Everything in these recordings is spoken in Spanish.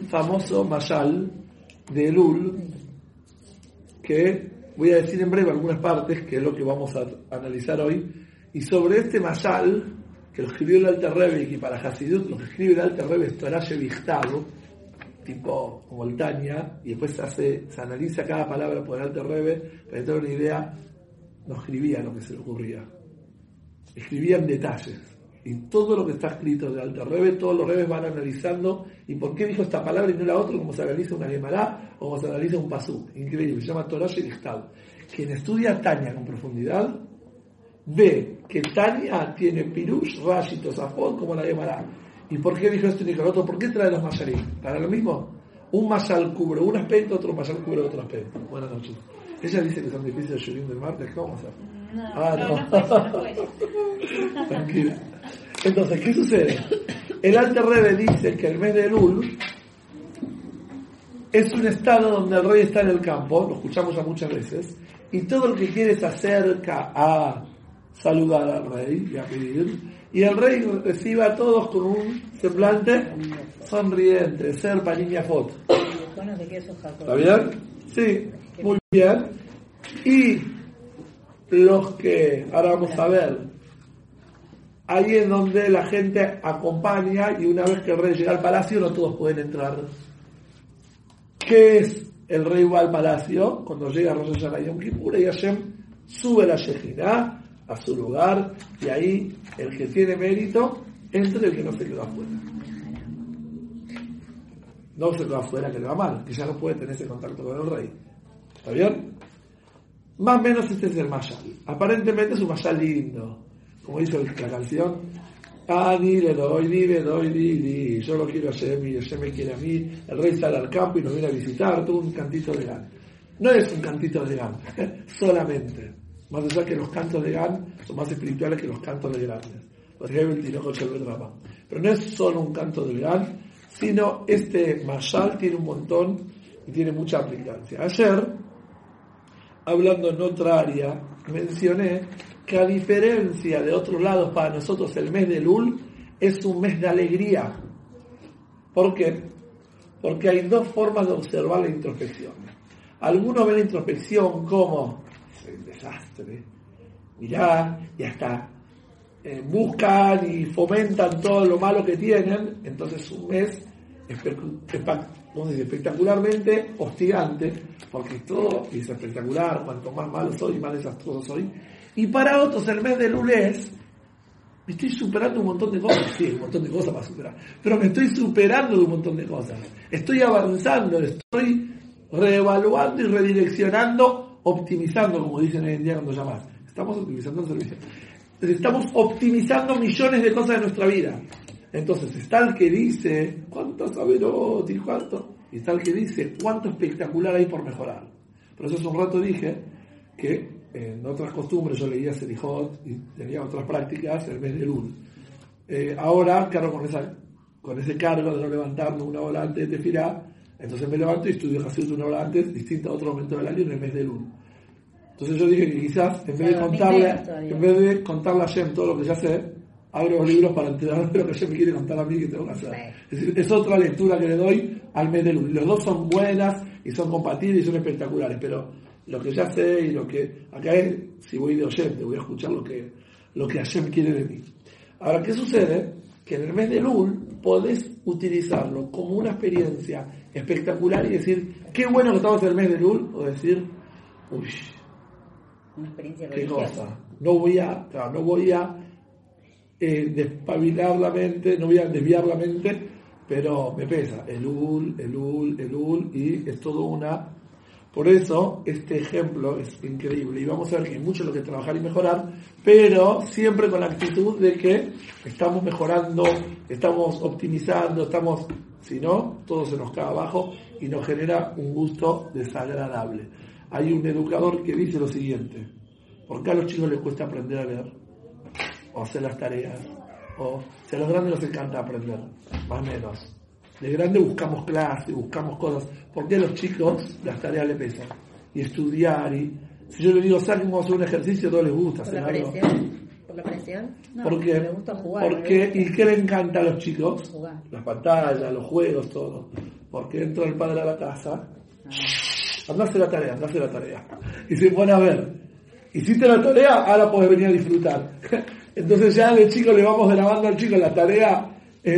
famoso mashal de Elul, que voy a decir en breve algunas partes, que es lo que vamos a analizar hoy, y sobre este mashal, que lo escribió el Alter Rebbe, y que para Hasidut lo que escribe el Alter Rebbe es Torah Shevichtado, tipo como el Tanya, y después se analiza cada palabra por el Alter Rebbe, para tener una idea, no escribía lo que se le ocurría, escribía en detalles. Y todo lo que está escrito del Alter Rebbe, todos los rebes van analizando, y por qué dijo esta palabra y no la otra, como se analiza una Gemara o como se analiza un pasuk. Increíble, se llama Torah Shevichtado. Quien estudia Tanya con profundidad, ve que Tanya tiene Pirush, Rashi, Tosafot, como la Gemara. ¿Y por qué dijo esto y dijo lo otro? ¿Por qué trae los mashalim? ¿Para lo mismo? Un mashal cubre un aspecto, otro mashal cubre otro aspecto. Buenas noches. Ella dice que son difíciles de Shurim del martes. ¿Qué vamos a hacer? No. Tranquila. Entonces, ¿qué sucede? El Alter Rebbe dice que el mes de Elul es un estado donde el rey está en el campo, lo escuchamos ya muchas veces, y todo el que quiere se acerca a saludar al rey y a pedir, y el rey recibe a todos con un semblante sonriente, ser niña foto. ¿Está bien? Sí, muy bien. Y los que, ahora vamos a ver, ahí es donde la gente acompaña, y una vez que el rey llega al palacio no todos pueden entrar. ¿Qué es? El rey va al palacio cuando llega Rosh Hashanah y Yom Kippur, y Hashem sube la Shejinah a su lugar, y ahí el que tiene mérito entra y el que no se quedó afuera. No se quedó afuera, que le va mal, que ya no puede tener ese contacto con el rey. ¿Está bien? Más o menos este es el mashal. Aparentemente es un mashal lindo, como dice la canción, ni le doy, di, yo lo quiero a Hashem y Hashem me quiere a mí, el rey sale al campo y nos viene a visitar, todo un cantito de Gan. No es un cantito de Gan, solamente, más allá que los cantos de Gan son más espirituales que los cantos de grandes, pero no es solo un canto de Gan, sino este mashal tiene un montón y tiene mucha aplicancia. Ayer, hablando en otra área, mencioné que a diferencia de otros lados, para nosotros el mes de Elul es un mes de alegría. ¿Por qué? Porque hay dos formas de observar la introspección. Algunos ven la introspección como es un desastre, mirá, y hasta buscan y fomentan todo lo malo que tienen. Entonces un mes espectacularmente hostigante, porque todo es espectacular, cuanto más malo soy, más desastroso soy. Y para otros el mes de Elul es, me estoy superando un montón de cosas, sí, un montón de cosas para superar, pero me estoy superando de un montón de cosas, estoy avanzando, estoy reevaluando y redireccionando, optimizando, como dicen hoy en día cuando llamas, estamos optimizando el servicio, estamos optimizando millones de cosas de nuestra vida. Entonces está el que dice cuánto saberot y cuánto, y está el que dice cuánto espectacular hay por mejorar. Por eso hace un rato dije que en otras costumbres yo leía Selijot y tenía otras prácticas el mes de Elul. Ahora, claro, con ese cargo de no levantarme una hora antes de Tefilá, entonces me levanto y estudio Hasidut una hora antes, distinto a otro momento del año, en el mes de Elul. Entonces yo dije que quizás en vez de contarle a Hashem todo lo que ya sé, abro los libros para enterarme de lo que Hashem me quiere contar a mí que tengo que hacer. Es decir, es otra lectura que le doy al mes de Elul. Los dos son buenas y son compatibles y son espectaculares, pero lo que ya sé y lo que acá es, si voy de oyente, voy a escuchar lo que Hashem quiere de mí. Ahora, ¿qué sucede? Que en el mes de Elul podés utilizarlo como una experiencia espectacular y decir, qué bueno que estamos en el mes de Elul, o decir, uy, una experiencia qué religiosa. cosa, no voy a despabilar la mente, no voy a desviar la mente, pero me pesa, Elul, y es todo una. Por eso, este ejemplo es increíble, y vamos a ver que hay mucho lo que trabajar y mejorar, pero siempre con la actitud de que estamos mejorando, estamos optimizando, si no, todo se nos cae abajo y nos genera un gusto desagradable. Hay un educador que dice lo siguiente: ¿por qué a los chicos les cuesta aprender a leer? O hacer las tareas, o si a los grandes les encanta aprender, más o menos. De grande buscamos clases, buscamos cosas. ¿Por qué a los chicos las tareas les pesan? Y estudiar, y si yo les digo, salen, vamos a hacer un ejercicio, a todos les gusta hacer algo. ¿Por la presión? No, porque me gusta jugar. ¿Y qué le encanta a los chicos? Jugar. Las pantallas, los juegos, todo. Porque entra el padre a la casa, anda a hacer la tarea. Y se pone a ver, hiciste la tarea, ahora puedes venir a disfrutar. Entonces ya de chico le vamos grabando al chico la tarea,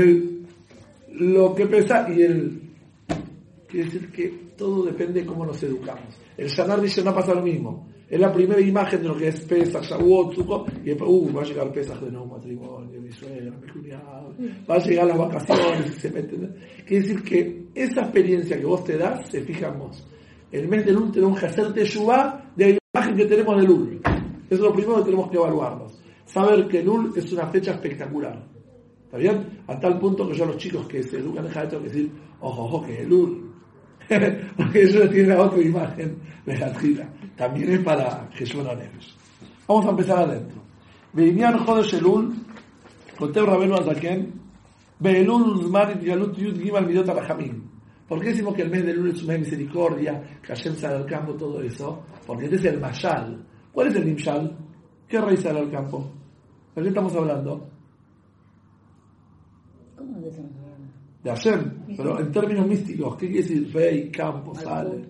lo que pesa, quiere decir que todo depende de cómo nos educamos. El Shanar dice no pasa lo mismo. Es la primera imagen de lo que es Pesach, Shavuot, Sukkot, y después, va a llegar Pesach de nuevo, matrimonio, mi suegra, mi cuñado, va a llegar las vacaciones, y se meten. Quiere decir que esa experiencia que vos te das, se fija en vos. El mes de Elul tenemos que hacer teshuvá de la imagen que tenemos de Elul. Eso es lo primero que tenemos que evaluarnos. Saber que Elul es una fecha espectacular. ¿Está bien? A tal punto que yo a los chicos que se educan en Jaya tengo que decir, ojo, que Elul. Porque ellos tienen la otra imagen de la tila. También es para Jesús Nefesh. Vamos a empezar adentro. Veinian Jodesh Elul, Koteb Rabenu Azaken, Beelul Uzman Yalut Yud Gimal Midot Arachamim. ¿Por qué decimos que el mes de Elul es un mes de misericordia, que Hashem sale al campo, todo eso? Porque este es el Mashal. ¿Cuál es el Nimshal? ¿Qué rey sale al campo? ¿De qué estamos hablando? ¿Cómo de eso? De Hashem, pero en términos místicos, ¿qué quiere decir rey, campo, sale?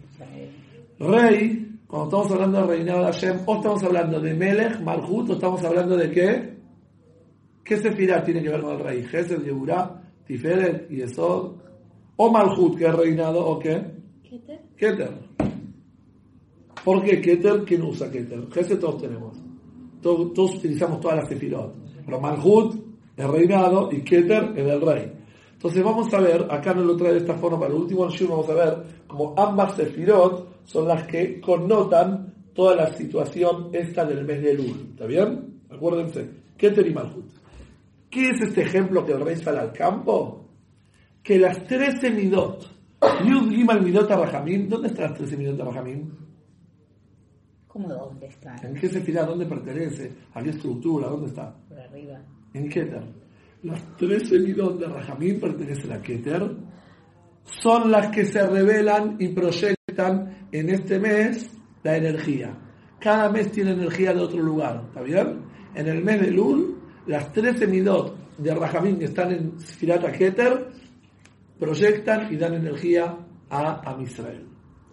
Rey, cuando estamos hablando del reinado de Hashem, o estamos hablando de Melech, Malchut, o estamos hablando de qué? ¿Qué sefirá tiene que ver con el rey? Gesed, Yeburá, Tiferet, Yesod, o Malchut, que es reinado, o qué? Keter. ¿Por qué Keter? ¿Quién usa Keter? Gesed todos tenemos. Todos utilizamos todas las sefirot. Pero Malchut es reinado y Keter es el rey. Entonces vamos a ver, acá no lo trae de esta forma, para el último shiur vamos a ver como ambas sefirot son las que connotan toda la situación esta del mes de Elul. ¿Está bien? Acuérdense, Keter y Malchut. ¿Qué es este ejemplo que el rey sale al campo? Que las 13 midot, Yud Gimal Midot Arachamim, ¿dónde están las 13 midot Arachamim? ¿Cómo dónde están? ¿En qué sefirá? ¿Dónde pertenece? ¿A qué estructura? ¿Dónde está? Por arriba. En Keter. Las 13 midot de Rajamín pertenecen a Keter, son las que se revelan y proyectan en este mes la energía. Cada mes tiene energía de otro lugar, ¿está bien? En el mes de Elul, las 13 midot de Rajamín que están en Sfirat Keter proyectan y dan energía a Israel.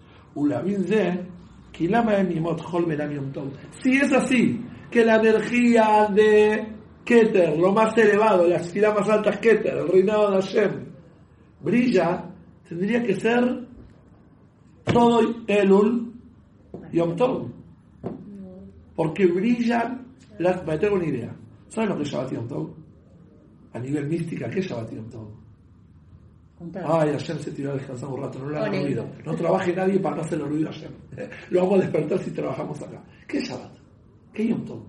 Si es así, que la energía de Keter, lo más elevado, la esfera más alta es Keter, el reinado de Hashem, brilla, tendría que ser todo Elul y Yom Tov. Porque brillan las... Me tengo una idea. ¿Saben lo que es Shabbat Yom Tov? A nivel mística, ¿qué es Shabbat Yom Tov? Ay, Hashem se tiró a descansar un rato, no lo hagan ruido. No trabaje nadie para no hacerle ruido a Hashem. Lo vamos a despertar si trabajamos acá. ¿Qué es Shabbat? ¿Qué es Yom Tov?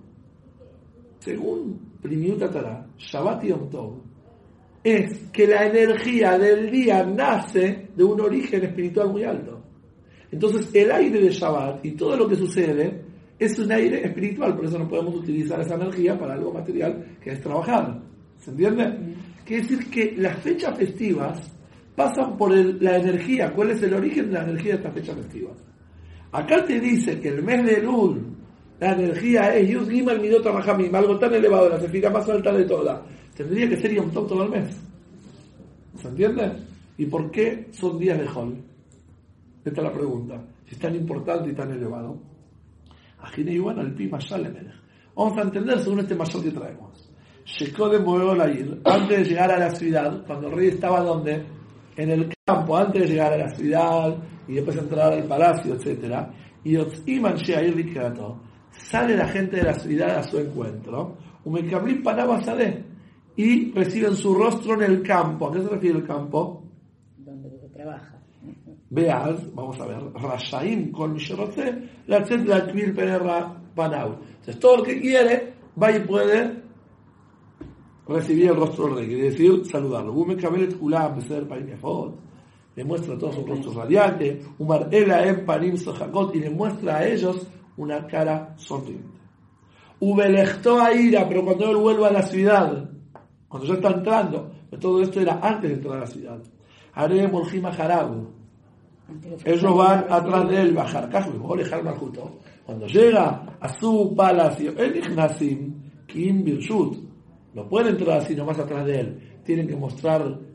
Según Primiut Torah, Shabbat Yom Tov es que la energía del día nace de un origen espiritual muy alto. Entonces el aire de Shabbat y todo lo que sucede es un aire espiritual, por eso no podemos utilizar esa energía para algo material que es trabajar. ¿Se entiende? Quiere decir que las fechas festivas pasan por la energía. ¿Cuál es el origen de la energía de estas fechas festivas? Acá te dice que el mes de Elul, la energía es Yud Gimal Midot Arachamim, algo tan elevado, la sefira más alta de todas. Tendría que ser Yom Tov todo el mes. ¿Se entiende? ¿Y por qué son días de Hol? Esta es la pregunta. Si es tan importante y tan elevado. Ajine Yuan al Pi Mashal Emelech. Vamos a entender según este mashal que traemos. Shekodem Boeol Ayir, antes de llegar a la ciudad, cuando el rey estaba donde, en el campo, antes de llegar a la ciudad y después entrar al palacio, etc. Y Otz'iman She'ayir Likerato, sale la gente de la ciudad a su encuentro, Umekablim Panabasade, y reciben su rostro en el campo. ¿A qué se refiere el campo? Donde se trabaja. Veaz, vamos a ver, Rashaim Kol Misherotze, la Tzet la Tvil Penerra Panau. Entonces todo el que quiere va y puede recibir el rostro del rey, quiere decir saludarlo. Umekabelet Kulam Beser Paim Yafot, le muestra a todos un rostro radiante, Umar Ela Em Panim Sojakot, y le muestra a ellos una cara sonriente. Ubelechtó a ira, pero cuando él vuelva a la ciudad, cuando ya está entrando, todo esto era antes de entrar a la ciudad. Haré Molhim Harabu, ellos van atrás de él, bajar justo. Cuando llega a su palacio, el Ichnasim, Kim Birshut, no pueden entrar así nomás atrás de él, tienen que mostrar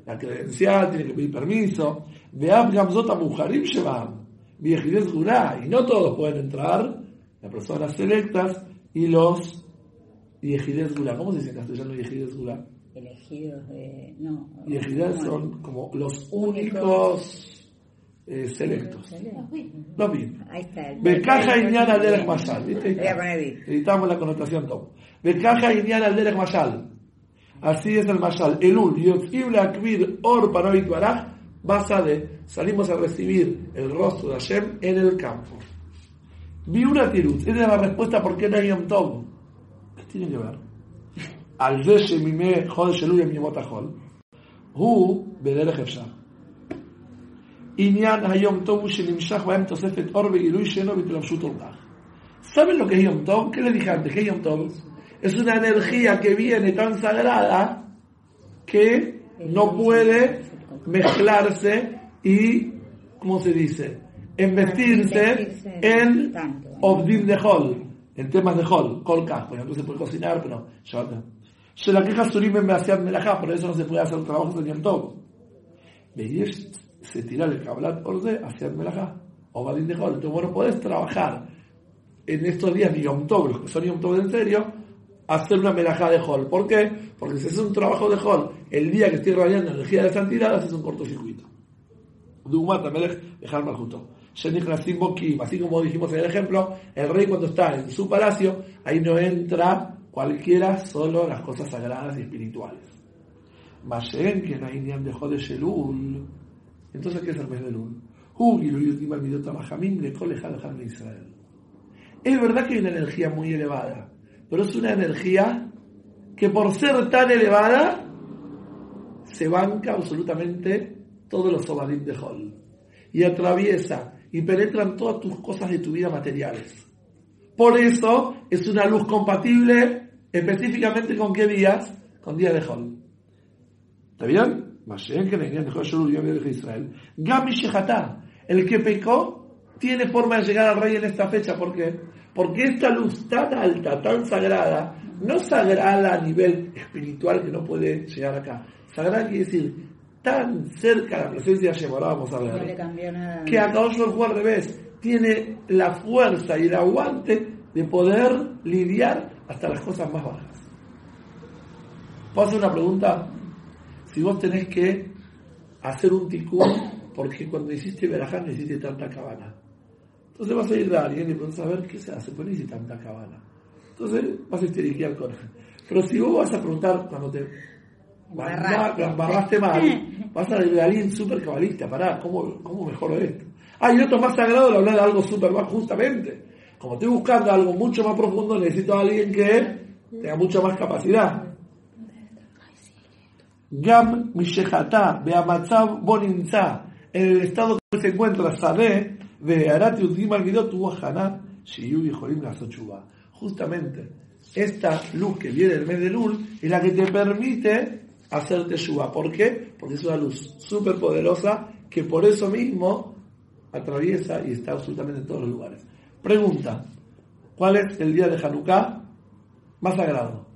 la credencial, tiene que pedir permiso. Veab Gamzot Amujarim Shevam, Viejidez Gulá, y no todos pueden entrar, las personas selectas y los Viejidez Gulá. ¿Cómo se dice en castellano Viejidez Gulá? Elegidos de. No. Viejidez son como los únicos selectos. Los bien. Ahí está. Becaja Iñan al Derech Mashal. ¿Viste? Voy a poner bien. Editamos la connotación top. Becaja Iñan al Derech Mashal. Así es el Mashal. Elul, Yotzim Lakbir Or Paroit Baraj, basa de salimos a recibir el rostro de Hashem en el campo. Vi una tirut. Esa es la respuesta por qué no hay Yom Tov. ¿Qué tiene que ver? Al de Shemime Jodesh Elul Yom Yomot HaChol. Hu Bederech Efshar. Inyan Hayom Tov Shenimshach Baem Tosefet Or Begilui Sheno B'Tlavshut Orkach. ¿Saben lo que es Yom Tov? ¿Qué les dije antes? ¿Qué es Yom Tov? Es una energía que viene tan sagrada que no puede mezclarse y, ¿cómo se dice? Investirse en Obdim de Hol, en temas de Hol, Kolkach. Por ejemplo, se puede cocinar, pero se la queja Surim en Beasiat Melajá, por eso no se puede hacer trabajos en Yom Tov. Veis, se tira el Kabbalat Orde hacia Melajá, o Obdim de Hol. Entonces, bueno, podés trabajar en estos días de Yom Tov, los que son Yom Tov en serio, hacer una melajá de Hol. ¿Por qué? Porque si haces un trabajo de Hol el día que estoy irradiando energía de santidad, haces un cortocircuito. Así como dijimos en el ejemplo, el rey cuando está en su palacio, ahí no entra cualquiera, solo las cosas sagradas y espirituales. Entonces, ¿qué es el mes de Elul? Es verdad que hay una energía muy elevada, pero es una energía que por ser tan elevada se banca absolutamente todos los obadim de Hol y atraviesa y penetran todas tus cosas de tu vida materiales. Por eso es una luz compatible específicamente con qué días, con días de Hol. ¿Está bien? El que pecó tiene forma de llegar al rey en esta fecha. ¿Por qué? Porque esta luz tan alta, tan sagrada, no sagrada a nivel espiritual que no puede llegar acá. Sagrada quiere decir tan cerca de la presencia de Hashem, ahora vamos a ver, no le cambió nada. Que a Kadosh Baruj Hu al revés, tiene la fuerza y el aguante de poder lidiar hasta las cosas más bajas. ¿Puedo hacer una pregunta? Si vos tenés que hacer un tikkun, porque cuando hiciste verajá no hiciste tanta cabana. Entonces vas a ir a alguien y preguntas a ver qué se hace, pues no hice tanta cabana. Entonces vas a histeriquear con él. Pero si vos vas a preguntar cuando te embarraste mal, vas a ir a alguien súper cabalista, pará, ¿cómo mejoro esto? Y esto es más sagrado de hablar de algo súper más, justamente. Como estoy buscando algo mucho más profundo, necesito a alguien que tenga mucha más capacidad. Gam Mishechatá, Beamatzav Boninza, en el estado que se encuentra, Sadeh, de Arati Udima Guidot, Uahaná, Shiyu y Jorim Lazochuba. Justamente, esta luz que viene del mes de Elul es la que te permite hacer teshuva. ¿Por qué? Porque es una luz súper poderosa que por eso mismo atraviesa y está absolutamente en todos los lugares. Pregunta: ¿cuál es el día de Hanukkah más sagrado?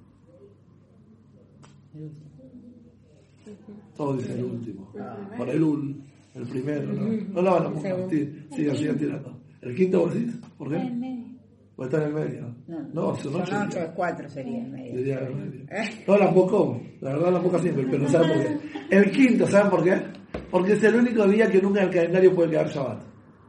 Todos dicen el último. Por Elul, el primero, no la van a compartir. Sigan tirando. ¿El quinto vos decís? ¿Por qué? ¿O está en el medio? No, son 8. 4 sería el medio. Sería el medio. No, la poco. La verdad la poca siempre, pero no saben por qué. El quinto, ¿saben por qué? Porque es el único día que nunca en el calendario puede quedar Shabbat.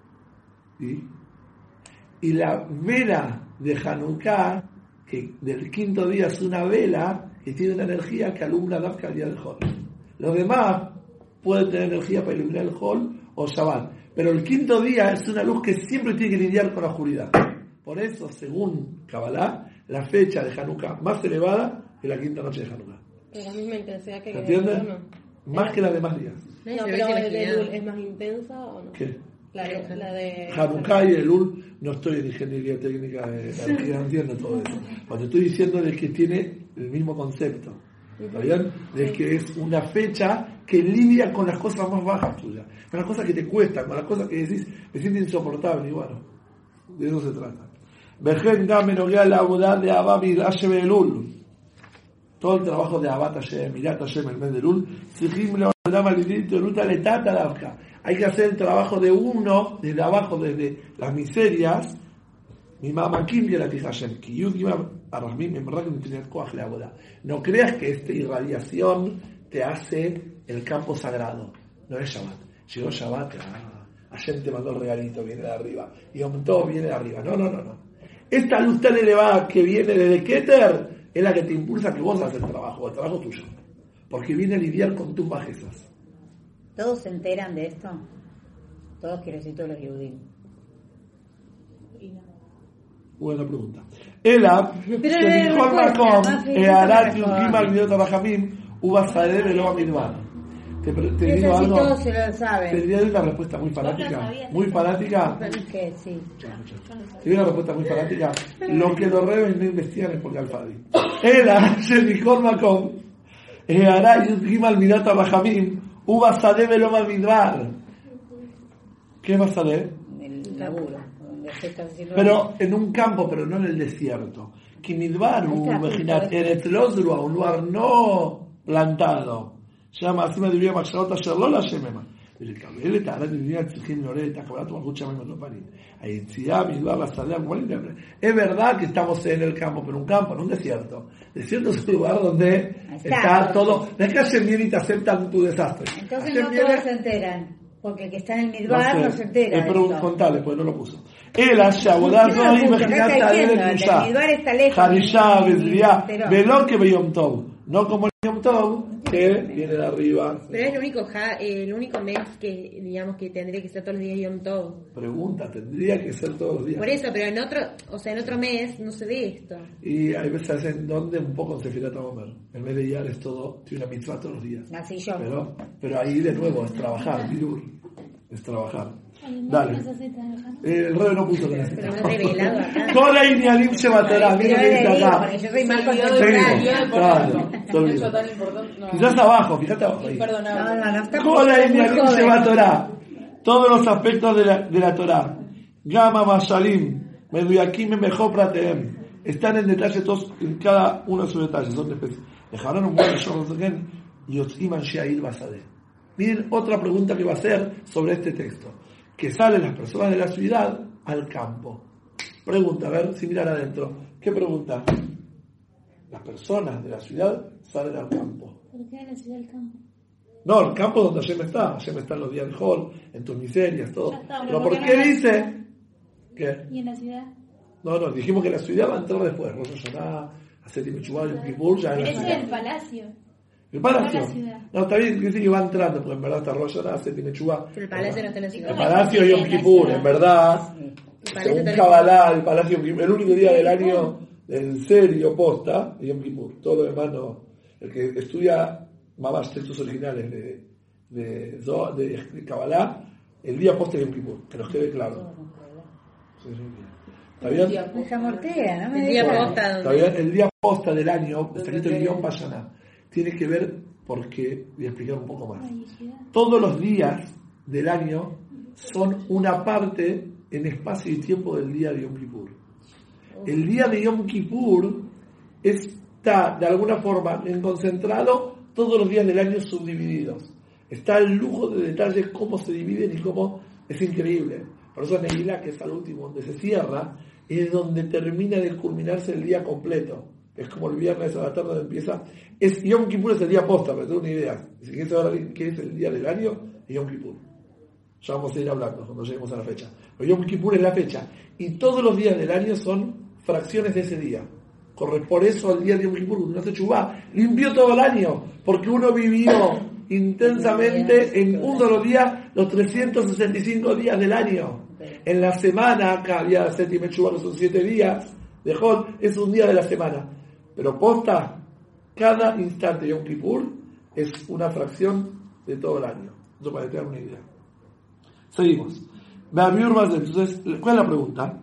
Y la vela de Hanukkah, que del quinto día es una vela que tiene una energía que alumbra la día del Hol. Los demás pueden tener energía para iluminar el Hol o Shabbat. Pero el quinto día es una luz que siempre tiene que lidiar con la oscuridad. Por eso, según Kabbalah, la fecha de Hanukkah más elevada es la quinta noche de Hanukkah. Pero la misma intensidad que... ¿Se entiende? Más que las demás días. No, pero ¿el de Elul es más intensa o no? ¿Qué? La de Hanukkah y Elul, no estoy en ingeniería técnica de energía, no entiendo todo eso. Cuando estoy diciendo es que tiene el mismo concepto. ¿Está bien? De que es una fecha que lidia con las cosas más bajas tuyas, con las cosas que te cuestan, con las cosas que decís, me siento insoportable, y bueno, de eso se trata. todo el trabajo de Abat Hashem, Mirat Hashem, el mes de Elul, hay que hacer el trabajo de uno, desde abajo, desde las miserias, no creas que esta irradiación te hace el campo sagrado. No es Shabbat. Llegó Shabbat, Hashem te mandó el regalito, viene de arriba. Y todo viene de arriba. No. Esta luz tan elevada que viene desde Keter es la que te impulsa a que vos hagas el trabajo tuyo. Porque viene a lidiar con tus bajezas. ¿Todos se enteran de esto? Todos, quiero decir, todos los Yehudim. Buena pregunta. Ela, Shemichol Makom, Earat Yukim al Midot Abraham, Ubasaré Veloa Midbar. Te digo algo. Todos se lo saben. Te diré una respuesta muy fanática. Muy fanática. ¿Qué? Sí. Te digo una respuesta muy fanática. Lo que los rebes no investigan es porque Alfadi. Ela, Shemichol Makom, Earat Yukim al Midot Abraham, Ubasaré Veloa Midbar. ¿Qué vas a leer? El laburo. Pero en un campo, pero no en el desierto. Kimidbaru, imaginad, Eretz Lozru, a un lugar no plantado. llama así me diría Machalota Sherlola Shemema. ולקבל את הערת בבנייה צריכים לעורר את הקבלת מלכות שמיים לא פנים. היציאה מדבר לשדה המובן. Es verdad que estamos en el campo, pero un campo, no un desierto. Desierto es un lugar donde está todo. No es que Hashem viene y te aceptan tu desastre. Entonces no todos se enteran. Porque el que está en el Midbar no se entera. Pero contale, pues no lo puso. El Ashabodazo, imagínate a él en Tusha. El Midbar está lejos. Harishá, Bezriá, Velón que ve Yom Tov. No como el Yom Tov, que viene de arriba. Pero es el único mes que, digamos, que tendría que ser todos los días Yom Tov. Pregunta, tendría que ser todos los días. Por eso, pero en otro mes no se ve esto. Y hay veces en donde un poco en Sefirat HaOmer. En vez de guiar es todo, tiene una mitzvah todos los días. Así yo. Pero ahí de nuevo es trabajar, Birur. Es trabajar. Dale. El rey no puso que necesita. Toda Inialim se matará. Mira lo que dice acá. Yo soy más concentrado. Quizás abajo, fíjate abajo. No. Toda Inialim se matará. Todos los aspectos de la Torah. Gama Mashalim. Meduyakim mejor prateem. Están en detalle todos, en cada uno de sus detalles. Son especies. Dejarán un buen shorrozogen. Yotziman Sheail Basadeh. Miren otra pregunta que va a hacer sobre este texto. Que salen las personas de la ciudad al campo. Pregunta, a ver si miran adentro. ¿Qué pregunta? Las personas de la ciudad salen al campo. ¿Por qué en la ciudad al campo? No, el campo donde Hashem está. Hashem está en los días del Hol, en tus miserias, todo. Está, pero ¿por qué dice? ¿Qué? ¿Y en la ciudad? No, dijimos que la ciudad va a entrar después. Rosh Hashanah, Asetim Mechubá, Yom Kippur, ya en la Pero ciudad. es el palacio. ¿El palacio? No, la ciudad. No, está bien, dice que va entrando, porque en verdad está Rosh Hashanah, Asetim Mechubá. Pero el palacio no está en la ciudad. El palacio Yom Kippur, en verdad, según Kabbalah, el palacio Yom Kippur, el único día del año en serio posta, Yom Kippur. Todo lo demás no. El que estudia más textos originales de Kabbalah, el día posta de Yom Kippur, que nos quede claro. ¿Está bien? Desamortea, ¿no? El día posta. Está bien, el día posta del año, está escrito en Yom Pashaná. Tiene que ver porque, voy a explicar un poco más. Todos los días del año son una parte en espacio y tiempo del día de Yom Kippur. El día de Yom Kippur está de alguna forma en concentrado todos los días del año subdivididos. Está el lujo de detalles cómo se dividen y cómo es increíble. Por eso Neilá, que es al último donde se cierra, es donde termina de culminarse el día completo. Es como el viernes a la tarde donde empieza. Yom Kippur es el día posta, para tener una idea. Si quieres saber qué es el día del año, es Yom Kippur. Ya vamos a ir hablando cuando lleguemos a la fecha. Pero Yom Kippur es la fecha. Y todos los días del año son fracciones de ese día. Por eso el día de Yom Kippur, cuando uno hace chubá, limpió todo el año. Porque uno vivió intensamente en un solo día los 365 días del año. En la semana, acá había séptima chubá, que son 7 días de Hol, es un día de la semana. Pero posta, cada instante de Yom Kippur es una fracción de todo el año. Eso para tener una idea. Seguimos. Entonces, ¿cuál es la pregunta?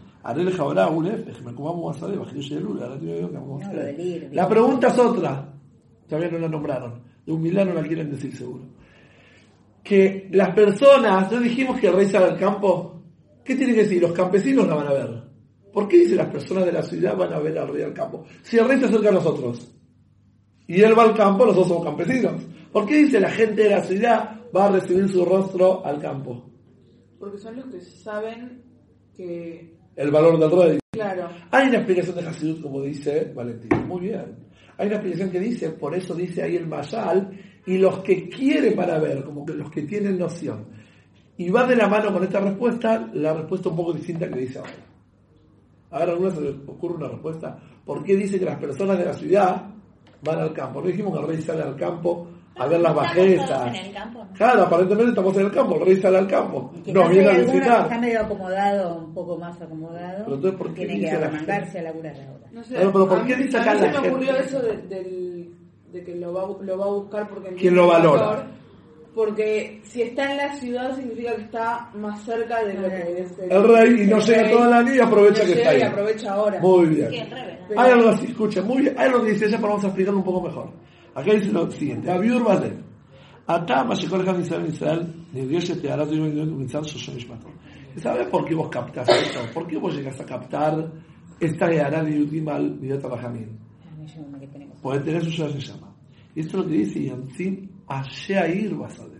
La pregunta es otra. Todavía no la nombraron. De un milagro la quieren decir seguro. Que las personas, ¿no dijimos que el rey sale al campo? ¿Qué tiene que decir? Los campesinos la van a ver. ¿Por qué dice las personas de la ciudad van a ver al rey al campo? Si el rey se acerca a nosotros. y él va al campo, los dos somos campesinos. ¿Por qué dice la gente de la ciudad va a recibir su rostro al campo? Porque son los que saben que... El valor del rey. Claro. Hay una explicación de Hasidut, como dice Valentín. Muy bien. Hay una explicación que dice, por eso dice ahí el Mayal, y los que quieren para ver, como que los que tienen noción. Y va de la mano con esta respuesta, la respuesta un poco distinta que dice ahora. Ahora a alguna se le ocurre una respuesta. ¿Por qué dice que las personas de la ciudad van al campo? No dijimos que el rey sale al campo a ver las bajezas. En el campo, ¿no? Claro, aparentemente estamos en el campo, el rey sale al campo. Y que Nos no viene hay a alguno que visitar. está medio acomodado, un poco más acomodado. Pero entonces, ¿por qué tiene que dice la arremangarse a laburar ahora. No sé, Claro, pero ¿por a qué mí- dice a acá mí la se me ocurrió gente? eso de que lo va a buscar porque ¿Quién lo valora? Porque si está en la ciudad significa que está más cerca de lo que es El rey, y no llega toda la niña y aprovecha que está ahí. Y aprovecha ahora. Muy bien. Sí, al revés, ¿no? Pero- Hay algo así, escucha, muy bien. Hay algo que dice ella, pero vamos a explicarlo un poco mejor. Acá dice lo siguiente: Abiur Bazé. Atá, Mashikol Ham Israel, Nirgeshe te hará tu comenzar su Shonishmato. ¿Sabes por qué vos captás esto? ¿Por qué vos llegas a captar esta Gehará de Yudimal Midot Rahamim? Que tenemos. Porque tenés un se llama. Y esto es lo que dice Yamzim Asheair Basade.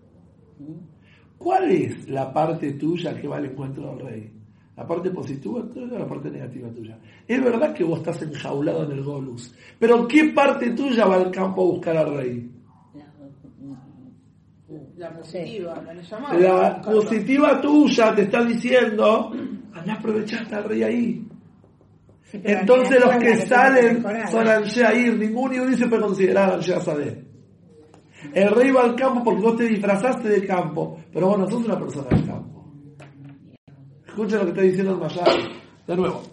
¿Cuál es la parte tuya que va al encuentro del rey? ¿La parte positiva tuya o la parte negativa tuya? Es verdad que vos estás enjaulado en el Golus, pero ¿qué parte tuya va al campo a buscar al rey? La positiva, la llamada. La positiva tuya te está diciendo, andá a aprovecharte al rey ahí. Sí, pero Entonces la los que negativa salen mejorar. son Ansheair, ninguno dice puede considerar Ansheasadeh. El rey va al campo porque vos te disfrazaste del campo, pero vos no sos una persona del campo. Escucha lo que está diciendo el Mayal. De nuevo.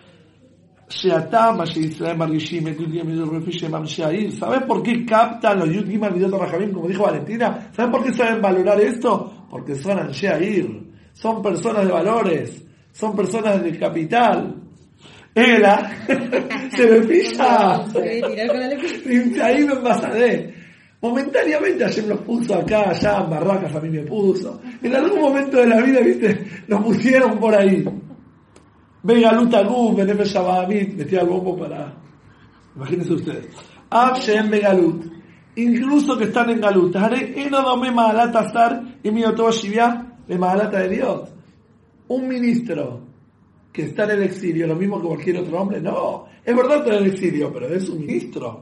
¿Sabes por qué captan los Yud Gimel Midot Rahamim, como dijo Valentina? ¿Sabes por qué saben valorar esto? Porque son Ansheair, son personas de valores, son personas del capital. Ela se me pilla. Se debe tirar con la lepilla. Y ahí me envasadé. Momentáneamente ayer los puso acá, allá en Barracas a mí me puso. En algún momento de la vida, viste, nos pusieron por ahí. Venga, Luta Gum, Benefe Shabamit, metía el bombo para... Imagínense ustedes. Abshem Begalut. Incluso que están en Galut. Haré enodome Mahalat Azar y Miotoba Shivia de Mahalat de Dios. Un ministro que está en el exilio, lo mismo que cualquier otro hombre, no. Es verdad que está en el exilio, pero es un ministro.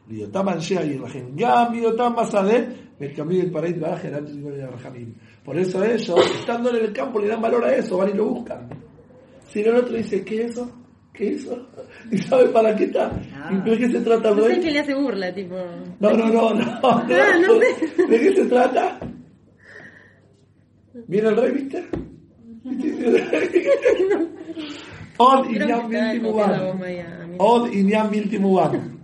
Por eso ellos, estando en el campo, le dan valor a eso, van y lo buscan. Si no, el otro dice, ¿qué es eso? ¿Qué es eso? ¿Y sabe para qué está? ¿Y de qué se trata el No sé rey? que le hace burla, tipo. No. no sé. ¿De qué se trata? ¿Viene el rey, viste? Od Creo que Inyam está Milti copiando la Muban. bomba ahí a mí. Od Inyam Milti Muban.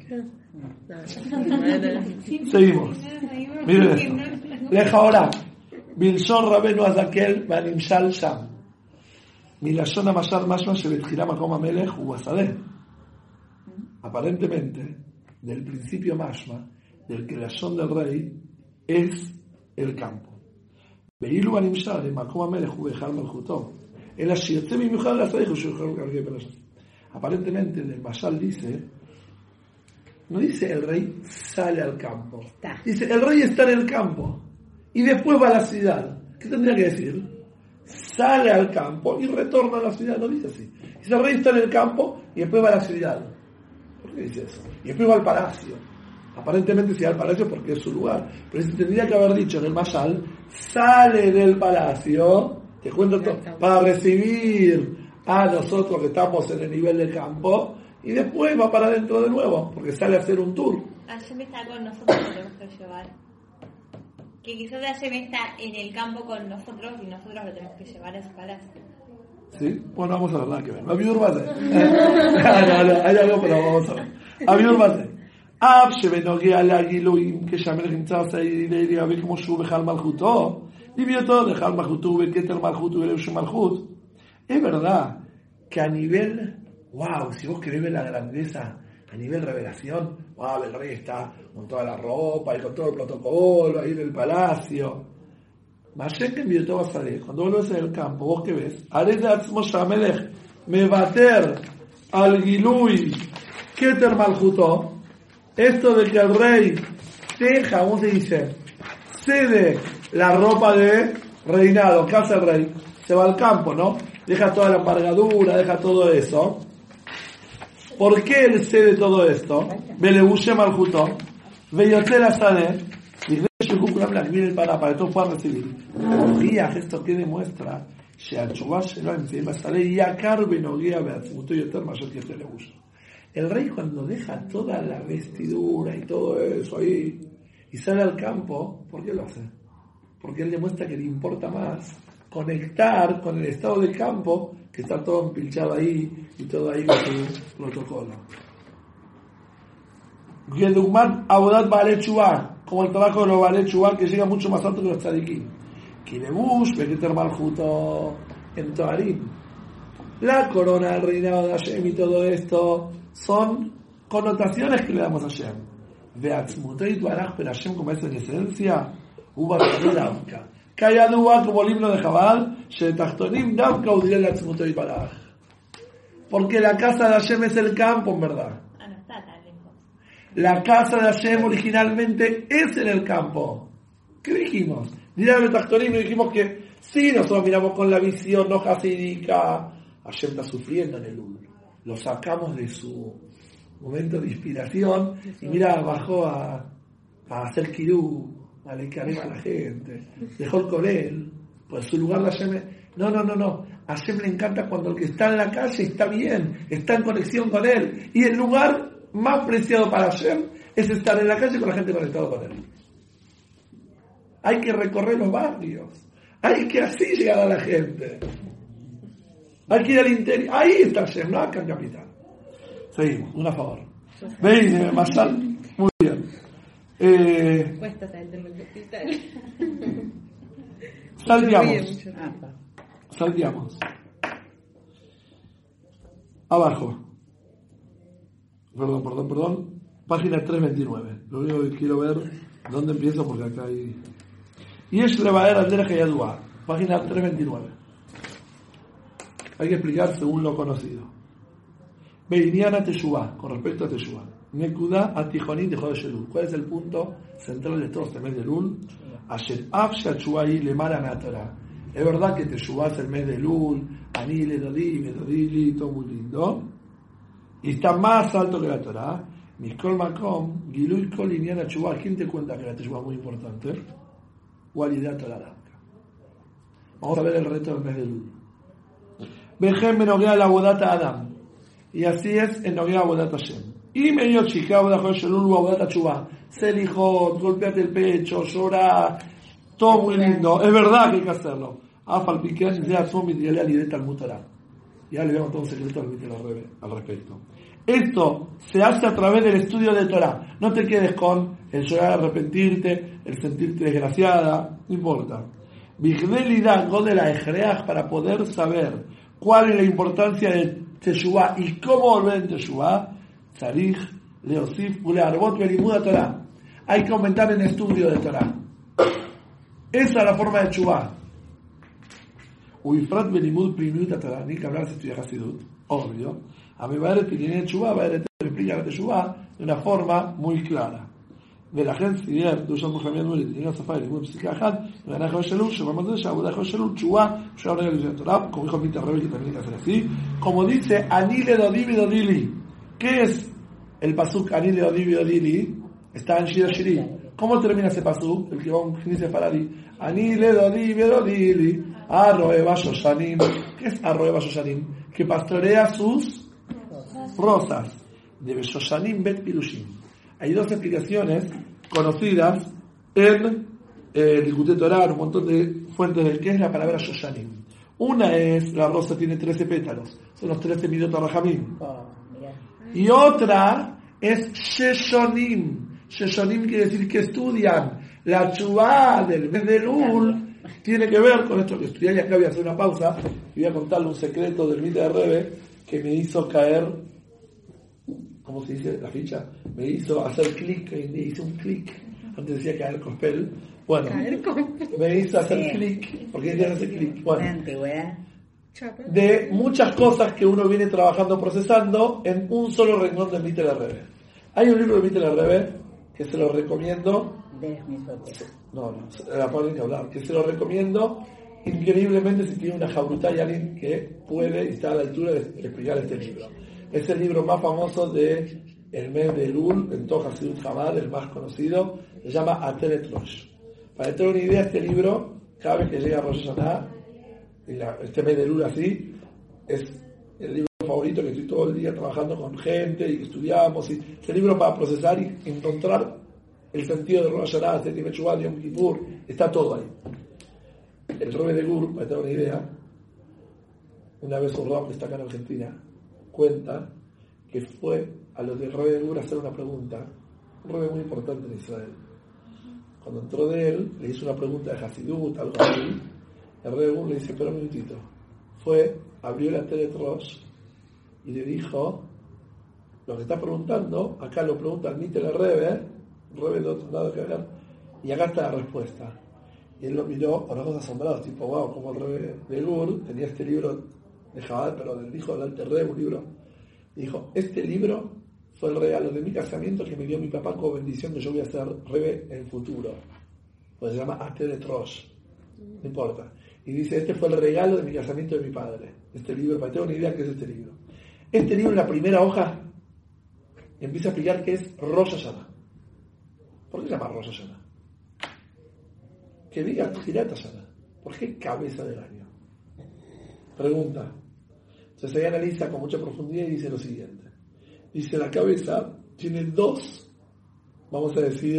No. Seguimos. Miren esto. Leja ahora. Bilshon Rabenu Azakel Banimshal Sham. Milashon Amashar Mashma Shebetchila Makom Amelech Ubasadeh. Aparentemente, del principio Mashma, del creación del rey, es el campo. Veilu Banimshal de Makom Amelech Ubechal Malchutó. El Ashirte Mimichal Asadeh Ushujal Karge Pelashas. Aparentemente, el Mashal dice, no dice el rey sale al campo. Está. Dice el rey está en el campo y después va a la ciudad. ¿Qué tendría que decir? Sale al campo y retorna a la ciudad. No dice así. Dice el rey está en el campo y después va a la ciudad. ¿Por qué dice eso? Y después va al palacio. Aparentemente si va al palacio porque es su lugar. Pero se tendría que haber dicho en el Mashal, sale del palacio, te cuento todo, para recibir a nosotros que estamos en el nivel del campo. Y después va para adentro de nuevo, porque sale a hacer un tour. Hashem está con nosotros, lo tenemos que llevar. Que quizás Hashem está en el campo con nosotros y nosotros lo tenemos que llevar a su palacio. ¿Sí? Bueno, vamos a ver, nada que ver. Abiur Base. No, hay algo, pero vamos a ver. Abiur Base. Ab שבנוגע לגילויים כשהמלך נמצא להביא כמו שהוא בחל מלכותו, הביא אותו לחל מלכותו ובכתר מלכות ובלבש מלכות. Es verdad que a nivel, wow, si vos querés ver la grandeza, a nivel revelación, wow, el rey está con toda la ropa y con todo el protocolo ahí en el palacio. Mashen que envió todo a salir. Cuando vos lo ves en el campo, ¿vos qué ves? Haré de Atzmo Shamelech, Mevater, al Gilui, Keter Malchutó. Esto de que el rey deja, ¿cómo se dice? Cede la ropa de reinado, ¿qué hace el rey? Se va al campo, ¿no? Deja toda la embargadura, deja todo eso. ¿Por qué él cede todo esto? Belebushe Maljuto, Veyotela Sade, y viene el para que todos puedan recibir. Esto que demuestra, el rey cuando deja toda la vestidura y todo eso ahí, y sale al campo, ¿por qué lo hace? Porque él demuestra que le importa más conectar con el estado del campo, que está todo empilchado ahí y todo ahí con su protocolo. Gedugman Abodat Baale Tshuva, como el trabajo de los Baale Tshuva, que llega mucho más alto que los tzadikim. Kilebush, Beketer Maljuto, en Toarim. La corona del reinado de Hashem y todo esto son connotaciones que le damos a Hashem. Veatzmutei Tuarach per Hashem, como es en esencia, Uba Damka. Kayadua, como el himno de Jabal, Shetachtonim Damka Udirel Atzmutei Tuarach. Porque la casa de Hashem es el campo, en verdad. No está tan lejos. La casa de Hashem originalmente es en el campo. ¿Qué dijimos? Dirá Betachtonim, dijimos que sí, nosotros miramos con la visión no hasídica. Hashem está sufriendo en el Ul. Lo sacamos de su momento de inspiración y mira, bajó a hacer kirú, a le arriba a la gente. Dejó el colel, pues su lugar de Hashem. No. A Hashem le encanta cuando el que está en la calle está bien, está en conexión con él. Y el lugar más preciado para Hashem es estar en la calle con la gente conectada con él. Hay que recorrer los barrios. Hay que así llegar a la gente. Hay que ir al interior. Ahí está Hashem, no acá en Capital. Seguimos, un a favor. Veis, Masal. Muy bien. Cuesta salir del hospital. Salteamos. Abajo. Perdón. Página 329. Lo único que quiero ver, ¿dónde empiezo? Porque acá hay... Y es Levaer Aldera Hayadua. Página 329. Hay que explicar según lo conocido. Beiniana Teshuvah, con respecto a Teshuvah. Nekuda Atijonin de Jode Shelul. ¿Cuál es el punto central de todo este mes de Lul? Asher Afsha Chuai Lemara Natora. Es verdad que Teshuvah es el mes de Lul, Anile Dodili, todo muy lindo. Y está más alto que la Torah. Miskol Makom, Gilui Kol Iniana Teshuvah. ¿Quién te cuenta que la Teshuvah es muy importante? Walidat Torah. Vamos a ver el reto del mes de Lul. Bejem Benogea la Bodata Adam. Y así es en Nogea Bodata Hashem. Y medio chica Bodata Shelul Bodata Teshuvah. Se dijo, golpeate el pecho, llora, todo muy lindo. Es verdad que hay que hacerlo. Afal Piquén de Azom y Dialea Lideta al Mutará. Ya le vemos todo un secreto al respecto. Esto se hace a través del estudio de Torah. No te quedes con el llorar, arrepentirte, el sentirte desgraciada, no importa. Vigdelidad Godela Ejreach, para poder saber cuál es la importancia de Teshuvah y cómo volver en Teshuvah, Tzarich, Leosif, Ulearbot, Belimuda Torah. Hay que aumentar en estudio de Torah. Esa es la forma de Teshuvah. Uifrat Belimud Primut Torah, ni que hablar si estudia Hasidut, obvio. A mi padre tiene Teshuvah, va a explicar la Teshuvah de una forma muy clara. ולכן צייר קדוש המוחמד מולי תניגה שפה ללימוד פסיקה אחת ואנחנו שלו שבמות זה שעבודה שלו תשובה אפשר רגע לזה תורה como dijo Mita Rebel que también hay que hacer así como dice Ani le dodivi dodili. ¿Qué es el pasuk Ani le dodivi dodili? Está en Shira Shiri. ¿Cómo termina ese pasuk? El que va un dice Faradi Ani le dodivi dodili Arroeba Shoshanim. ¿Qué es Arroeba Shoshanim? Que pastorea sus rosas de Shoshanim Bet Pirushim. Hay dos explicaciones conocidas en el Likutei Torah, un montón de fuentes de qué es la palabra Shoshanim. Una es, la rosa tiene 13 pétalos, son los 13 midot Rahamim. Y otra es Sheshonim. Sheshonim quiere decir que estudian. La Teshuvah del mes de Lul tiene que ver con esto que estudié. Y acá voy a hacer una pausa y voy a contarle un secreto del Mita de Rebbe que me hizo caer, ¿cómo se dice la ficha? Me hizo hacer clic, me hizo un clic. Antes decía caer cospel. Bueno, me hizo hacer clic. ¿Por qué decían hacer clic? Bueno, de muchas cosas que uno viene trabajando, procesando en un solo renglón del Mita de Rebbe. Hay un libro de Mittler Rebbe que se lo recomiendo. De Misopia. No, la ponen que hablar. Que se lo recomiendo increíblemente si tiene una jabrutá y alguien que puede y está a la altura de explicar este libro. Es el libro más famoso de el mes de Elul, en todo Hasidut Chabad, el más conocido. Se llama Ateret Rosh. Para tener una idea, este libro, cada vez que llega a Rosh Hashanah, este mes de Elul así, es el libro favorito que estoy todo el día trabajando con gente y estudiamos. Y es el libro para procesar y encontrar el sentido de Rosh Hashanah, Setim Teshuvah, Yom Kippur, está todo ahí. El Rebbe de Gur, para tener una idea, una vez un Ram que está acá en Argentina, cuenta que fue a los del Rebbe de Gur a hacer una pregunta, un Rebbe muy importante en Israel. Cuando entró de él, le hizo una pregunta de Hasidut, algo así. El Rebbe de Gur le dice, espera un minutito. Abrió la Ateret Rosh y le dijo, lo que está preguntando, acá lo pregunta al Mittler Rebbe de otro lado que ver, y acá está la respuesta. Y él lo miró con ojos asombrados, tipo, wow, como el Rebbe de Gur tenía este libro de Chabad, pero del hijo del Alter Rebbe, un libro. Y dijo, este libro fue el regalo de mi casamiento que me dio mi papá como bendición que yo voy a ser Rebbe en el futuro. Pues se llama Ateret Rosh, no importa. Y dice, este fue el regalo de mi casamiento de mi padre. Este libro, para tener una idea qué es este libro. Este libro, en la primera hoja, empieza a explicar qué es Rosh Hashanah. ¿Por qué se llama Rosh Hashanah? Que diga Tzilat Hashanah. ¿Por qué cabeza del año? Pregunta. Entonces ahí analiza con mucha profundidad y dice lo siguiente. Dice, la cabeza tiene dos, vamos a decir,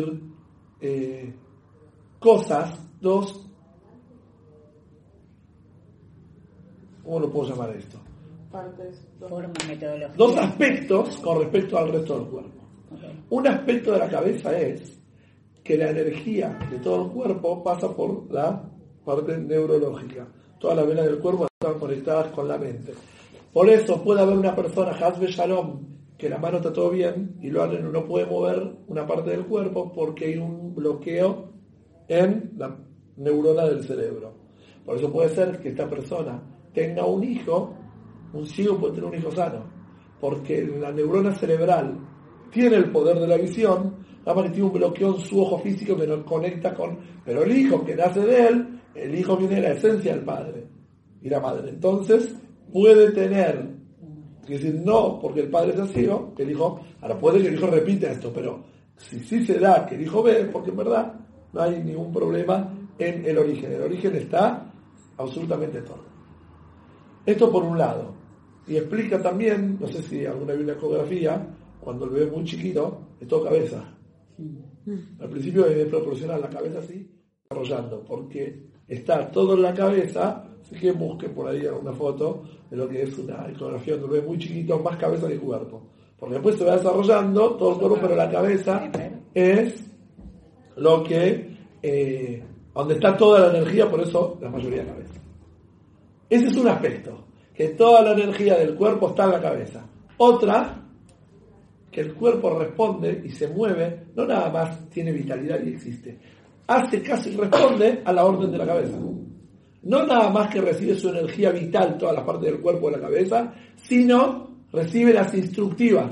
¿cómo lo puedo llamar esto? Partes. Forma, metodología. Dos aspectos con respecto al resto del cuerpo. Okay. Un aspecto de la cabeza es que la energía de todo el cuerpo pasa por la parte neurológica. Todas las venas del cuerpo están conectadas con la mente. Por eso puede haber una persona, Hasbe Shalom, que la mano está todo bien y luego no puede mover una parte del cuerpo porque hay un bloqueo en la neurona del cerebro. Por eso puede ser que esta persona tenga un hijo, un ciego puede tener un hijo sano, porque la neurona cerebral tiene el poder de la visión, nada más que tiene un bloqueo en su ojo físico que nos conecta con... Pero el hijo que nace de él, el hijo viene de la esencia del padre y la madre. Entonces puede tener, es decir, no porque el padre sea ciego, que el hijo... Ahora puede que el hijo repita esto, pero si sí se da que el hijo ve, porque en verdad no hay ningún problema en el origen. El origen está absolutamente todo. Esto por un lado. Y explica también, no sé si alguna vez una ecografía, cuando el bebé es muy chiquito, es todo cabeza. Al principio es desproporcional la cabeza así, desarrollando, porque está todo en la cabeza, así que busquen por ahí una foto de lo que es una ecografía donde el bebé es muy chiquito, más cabeza que cuerpo. Porque después se va desarrollando todo el cuerpo, pero la cabeza es lo que, donde está toda la energía, por eso la mayoría de la cabeza. Ese es un aspecto, que toda la energía del cuerpo está en la cabeza. Otra, que el cuerpo responde y se mueve, no nada más tiene vitalidad y existe, hace caso y responde a la orden de la cabeza. No nada más que recibe su energía vital todas las partes del cuerpo de la cabeza, sino recibe las instructivas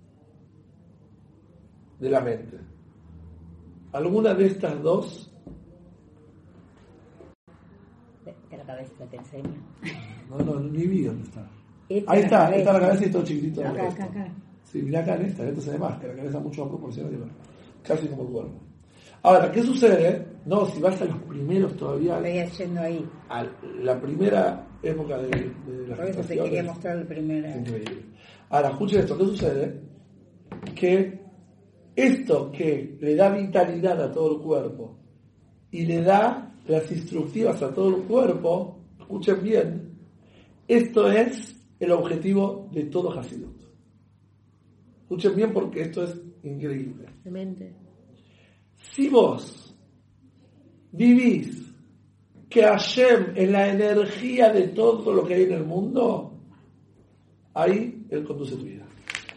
de la mente. ¿Alguna de estas dos? De la cabeza te enseño. No, ni vi dónde está. Esta Ahí es está la cabeza y todo chiquitito. Acá. Sí, mirá acá en esta se ve más, que la cabeza mucho más proporcional, casi como el cuerpo. Ahora, ¿qué sucede? No, si vas a los primeros todavía, Estoy yendo ahí. a la primera época de la Por eso te gestación, quería mostrar el primer. es increíble. Ahora, escuchen esto, ¿qué sucede? Que esto que le da vitalidad a todo el cuerpo y le da las instructivas a todo el cuerpo, escuchen bien, esto es el objetivo de todo Hasidut. Escuchen bien porque esto es increíble. Mente. Si vos vivís que Hashem es la energía de todo lo que hay en el mundo, ahí Él conduce tu vida.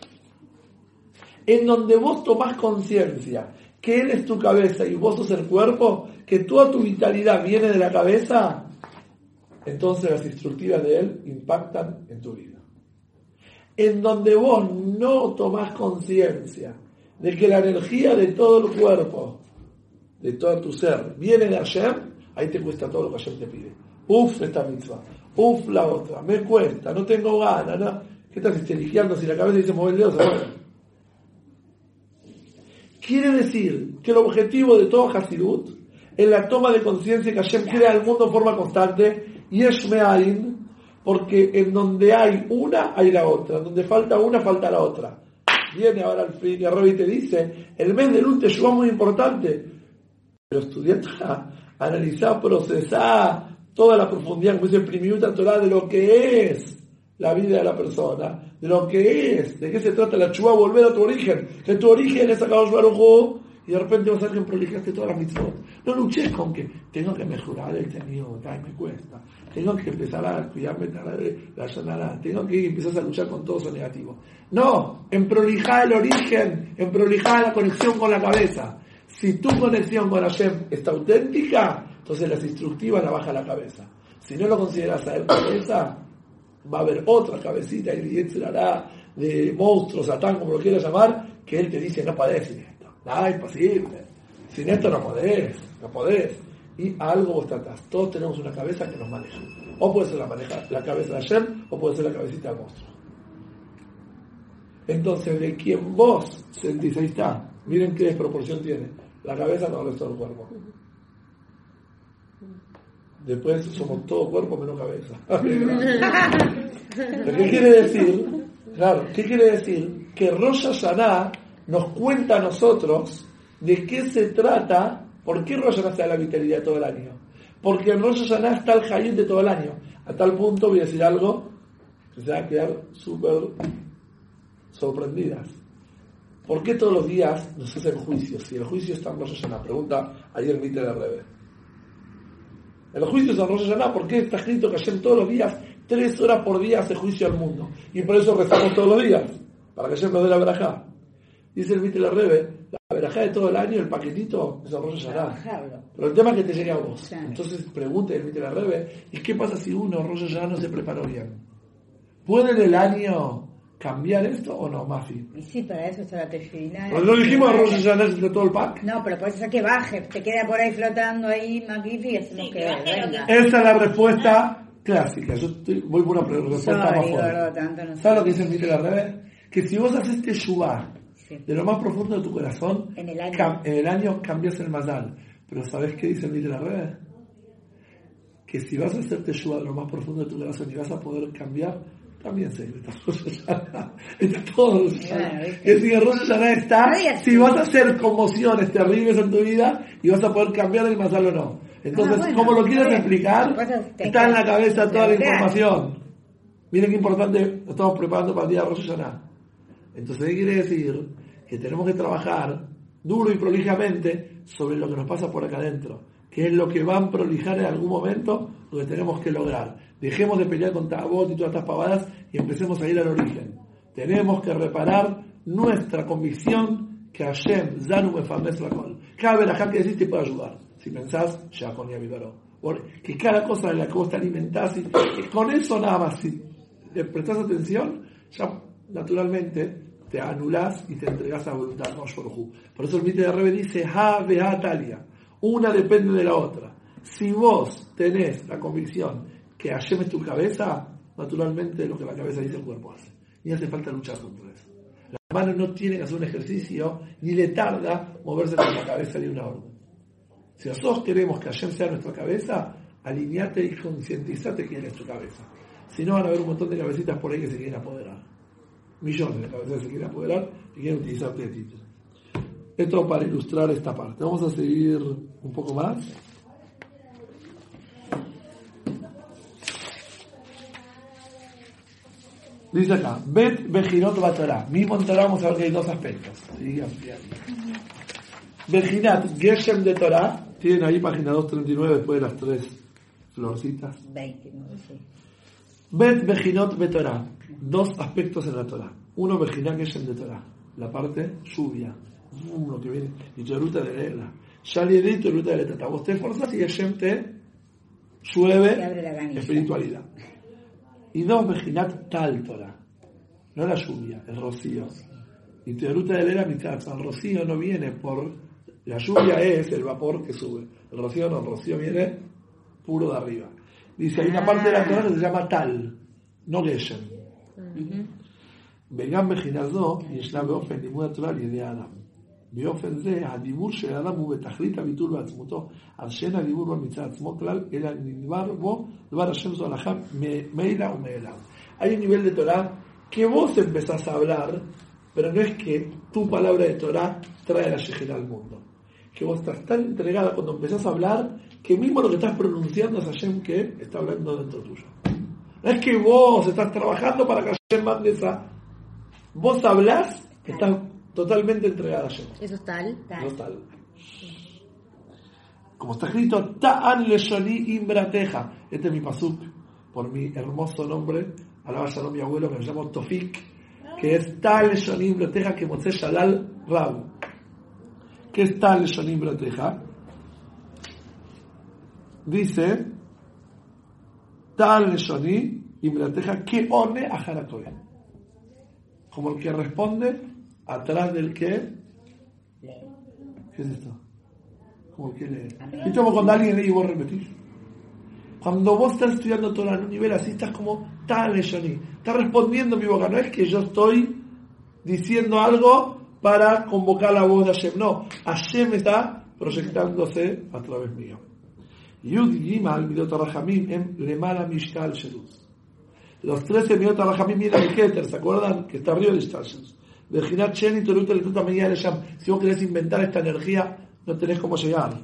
En donde vos tomás conciencia que Él es tu cabeza y vos sos el cuerpo, que toda tu vitalidad viene de la cabeza, entonces las instructivas de Él impactan en tu vida. En donde vos no tomás conciencia de que la energía de todo el cuerpo, de todo tu ser, viene de Hashem, ahí te cuesta todo lo que Hashem te pide. Uf, esta mitzvah. Uf, la otra. Me cuesta, no tengo ganas, ¿no? ¿Qué estás esterigiando si la cabeza dice mover el dedo? Se mueve. Quiere decir que el objetivo de todo Hasidut es la toma de conciencia que Hashem crea el mundo en forma constante, y es me'ain, porque en donde hay una, hay la otra. En donde falta una, falta la otra. Viene ahora el fin y Rabbi te dice, el mes de Lul Teshuvah es muy importante, pero estudiar, analizar, procesar toda la profundidad, como dice el Primiut Torah, de lo que es la vida de la persona, de lo que es, de qué se trata la Teshuvah, volver a tu origen, que tu origen es Akadosh Baruj Hu, y de repente vas a ver que prolijaste todas las mitzvot. No luches con que tengo que mejorar el tenido, me cuesta, tengo que empezar a cuidarme la Yanara, tengo que empezar a luchar con todo eso negativo. No, en prolijar el origen, en prolijar la conexión con la cabeza. Si tu conexión con Hashem está auténtica, entonces las instructivas la baja la cabeza. Si no lo consideras a él cabeza, va a haber otra cabecita de monstruo, Satán, como lo quieras llamar, que él te dice, no podés sin esto. Nada, imposible. Sin esto no podés. Y a algo vos tratás. Todos tenemos una cabeza que nos maneja. O puede ser la cabeza de Hashem, o puede ser la cabecita del monstruo. Entonces, de quien vos sentís, ahí está. Miren qué desproporción tiene. La cabeza no el resto del cuerpo. Después somos todo cuerpo menos cabeza. ¿Qué quiere decir? Claro, ¿qué quiere decir? Que Rosh Hashanah nos cuenta a nosotros de qué se trata. ¿Por qué Rosh Hashanah se da la vitalidad todo el año? Porque en Rosh Hashanah está el Hayit de todo el año. A tal punto voy a decir algo que se va a quedar súper sorprendidas. ¿Por qué todos los días nos hacen juicios? Si el juicio está en Rosh Hashanah, pregunta ayer Mite de Rebe. El juicio está en Rosh Hashanah, ¿por qué está escrito que Hashem todos los días, 3 horas por día hace juicio al mundo? Y por eso rezamos todos los días, para que Hashem nos dé la verajá. Dice el Mite de Rebe, la verajá de todo el año, el paquetito, es en Rosh Hashanah. Pero el tema es que te llegue a vos. Entonces pregunta el Mite de Rebe, ¿y qué pasa si uno en Rosh Hashanah no se preparó bien? ¿Puede en el año cambiar esto o no, Mafi? Y sí, para eso está la tefilá. ¿No lo dijimos a Rosh Hashanah de todo el pack? No, pero por eso es que baje, te queda por ahí flotando ahí magnífico y hacemos que venga. Esa es la respuesta clásica. Yo voy por una respuesta más fuerte. ¿Sabes lo que dice el Mite de Rebe? Que si vos haces teshuvá de lo más profundo de tu corazón, en el año cambias el mazal. Pero ¿sabes qué dice el Mite de Rebe? Que si vas a hacer teshuvá de lo más profundo de tu corazón y vas a poder cambiar, también secretas. Está todo. Es decir, Rosh Hashanah está, si vas a hacer conmociones terribles en tu vida y vas a poder cambiar el mazal o no. Entonces, como lo quieras explicar, está en la cabeza toda la información. Miren qué importante, lo estamos preparando para el día de Rosh Hashanah. Entonces, ¿qué quiere decir? Que tenemos que trabajar duro y prolijamente sobre lo que nos pasa por acá adentro, que es lo que va a prolijar en algún momento lo que tenemos que lograr. Dejemos de pelear con Tabot y todas estas pavadas y empecemos a ir al origen. Tenemos que reparar nuestra convicción que Hashem, Zanu Mefames Lakol. Cada verajá que decís te puede ayudar. Si pensás, ya con Yavidaró. Que cada cosa de la que vos te alimentás, y con eso nada más, si le prestás atención, ya naturalmente te anulás y te entregás a la voluntad de Rosh Baruj Hu. Por eso el Mite de Rebe dice, Ha Beha Talia. Una depende de la otra. Si vos tenés la convicción que Hashem es tu cabeza, naturalmente lo que la cabeza dice el cuerpo hace. Ni hace falta luchar contra eso. Las manos no tienen que hacer un ejercicio, ni le tarda moverse con la cabeza ni una orden. Si nosotros queremos que Hashem sea nuestra cabeza, alineate y concientizate quién es tu cabeza. Si no, van a haber un montón de cabecitas por ahí que se quieren apoderar. Millones de cabezas se quieren apoderar y quieren utilizarte de título. Esto para ilustrar esta parte. Vamos a seguir un poco más. Dice acá, Bet Bejinot Batorá. Mismo en Torah vamos a ver que hay 2 aspectos. ¿Sí? Bejinat Geshem de Torah. Tienen ahí página 239 después de las 3 florcitas. 20, no sé. Bet Bejinot Betorá. 2 aspectos en la Torah. Uno, Bejinat Geshem de Torah. La parte lluvia. Lo que viene. Y tu ruta de leerla. Ya le di tu ruta de leerla. Vos te esforzas y Geshem te llueve espiritualidad. Y 2, Bejinat Tal Torah. No la lluvia, el rocío. Y Teoruta del era mitad. El rocío no viene por... La lluvia es el vapor que sube. El rocío no, el rocío viene puro de arriba. Dice, hay una parte de la Torah que se llama tal, no Geshem. וגם בחינה זו ישנה באופן לימוד התורה על ידי האדם. באופן זה הדיבור של האדם הוא בתכלית הביטול בעצמותו, אז שאין הדיבור בו מצד עצמו כלל, אלא נדבר בו דבר השם זו הלכה מאלה ומאליו. Hay un nivel de Torah que vos empezás a hablar, pero no es que tu palabra de Torah trae la Shejina al mundo. Que vos estás tan entregada cuando empezás a hablar, que mismo lo que estás pronunciando es Hashem que está hablando dentro tuyo. No es que vos estás trabajando para que Hashem mande esa... Vos hablás, estás totalmente entregada a Hashem. Eso es tal. No es tal. Como está escrito, Ta'an leshoni imbrateja. Este es mi pasuk, por mi hermoso nombre. Alaba Shalom mi abuelo, que me llamo Tofik, que es Ta'an leshoni imbrateja, que Motze Shalal Rab. ¿Qué es Ta'an leshoni imbrateja? Dice, Ta'an leshoni imbrateja, que one a Jarakoe. Como el que responde atrás del que... ¿Qué es esto? Como el que lee. Y como cuando alguien lee y vos repetís. Cuando vos estás estudiando Torah en un nivel así, estás como tal leyoni. Estás respondiendo mi boca. No es que yo estoy diciendo algo para convocar la voz de Hashem. No, Hashem está proyectándose a través mío. Yud Gimal Midot HaRachamim em Lemala Mishkal Sheluz. Los 13 Midot HaRachamim vienen de Keter, ¿se acuerdan? Que está arriba de Shtashus. Virginat Sheni Toruta Letuta Meguía Lesham. Si vos querés inventar esta energía, no tenés cómo llegar.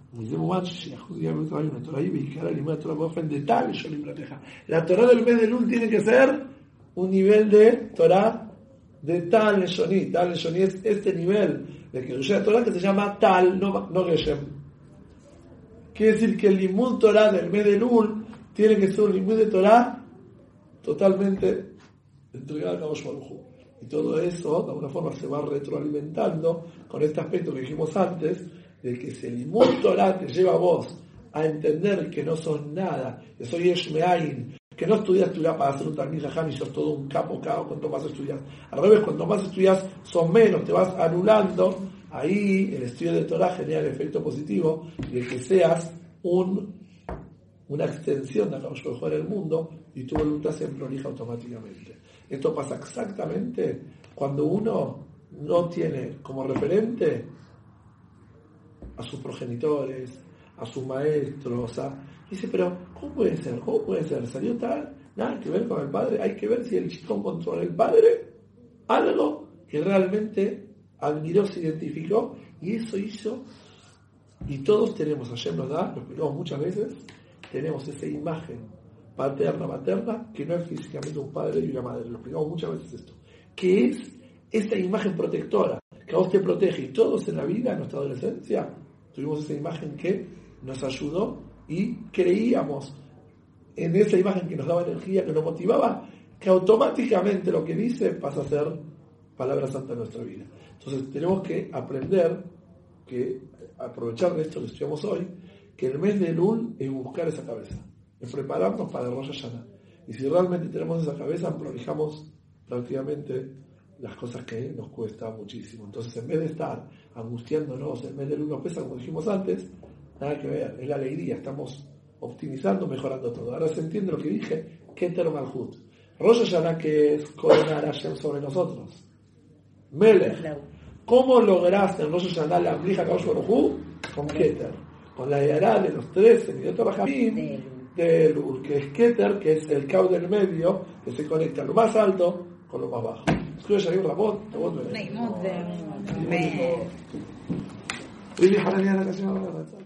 La Torah del mes de Lul tiene que ser un nivel de Torah de Tal Leshoni. Tal Leshoni es este nivel de que la Torah que se llama Tal, no Geshem. Quiere decir que el limud Torah del mes de Lul tiene que ser un limud de Torah totalmente entregado a Kadosh Baruj Hu. Y todo eso, de alguna forma, se va retroalimentando con este aspecto que dijimos antes, de que si el limud Torah te lleva a vos a entender que no sos nada, que soy Eshmeain, que no estudias Torah para hacer un Talmid Jajam y sos todo un capo cuanto más estudias. Al revés, cuanto más estudias, sos menos, te vas anulando. Ahí el estudio de Torah genera el efecto positivo de que seas una extensión de Akadosh Baruj Hu en el mundo y tu voluntad se prolija automáticamente. Esto pasa exactamente cuando uno no tiene como referente a sus progenitores, a sus maestros, dice, pero ¿cómo puede ser? ¿Cómo puede ser? ¿Salió tal? Nada que ver con el padre. Hay que ver si el chico encontró en el padre algo que realmente admiró, se identificó, y eso hizo. Y todos tenemos, ayer nos da, lo explicamos muchas veces, tenemos esa imagen paterna, materna, que no es físicamente un padre y una madre. Lo explicamos muchas veces esto. Que es esta imagen protectora, que a vos te protege. Y todos en la vida, en nuestra adolescencia, tuvimos esa imagen que nos ayudó y creíamos en esa imagen que nos daba energía, que nos motivaba, que automáticamente lo que dice pasa a ser palabra santa en nuestra vida. Entonces tenemos que aprender, que aprovechar de esto que estudiamos hoy, que el mes de Elul es buscar esa cabeza, es prepararnos para el Rosh Hashanah. Y si realmente tenemos esa cabeza, prolijamos prácticamente las cosas que nos cuesta muchísimo. Entonces, en vez de estar angustiándonos, el mes de Elul nos pesa, como dijimos antes, nada que ver, es la alegría, estamos optimizando, mejorando todo. Ahora se entiende lo que dije, Keter Malhut. Rosh Hashanah, que es coronar a Hashem sobre nosotros. Melech. ¿Cómo lográs en Rosh Hashanah la amplija Kadosh Baruj Hu? Con Keter. Con la Yará de los 13 Midot HaRachamim de Elul, que es Keter, que es el cabo del medio, que se conecta lo más alto con lo más bajo. Escucha Shayim Ramón, te voy a ver.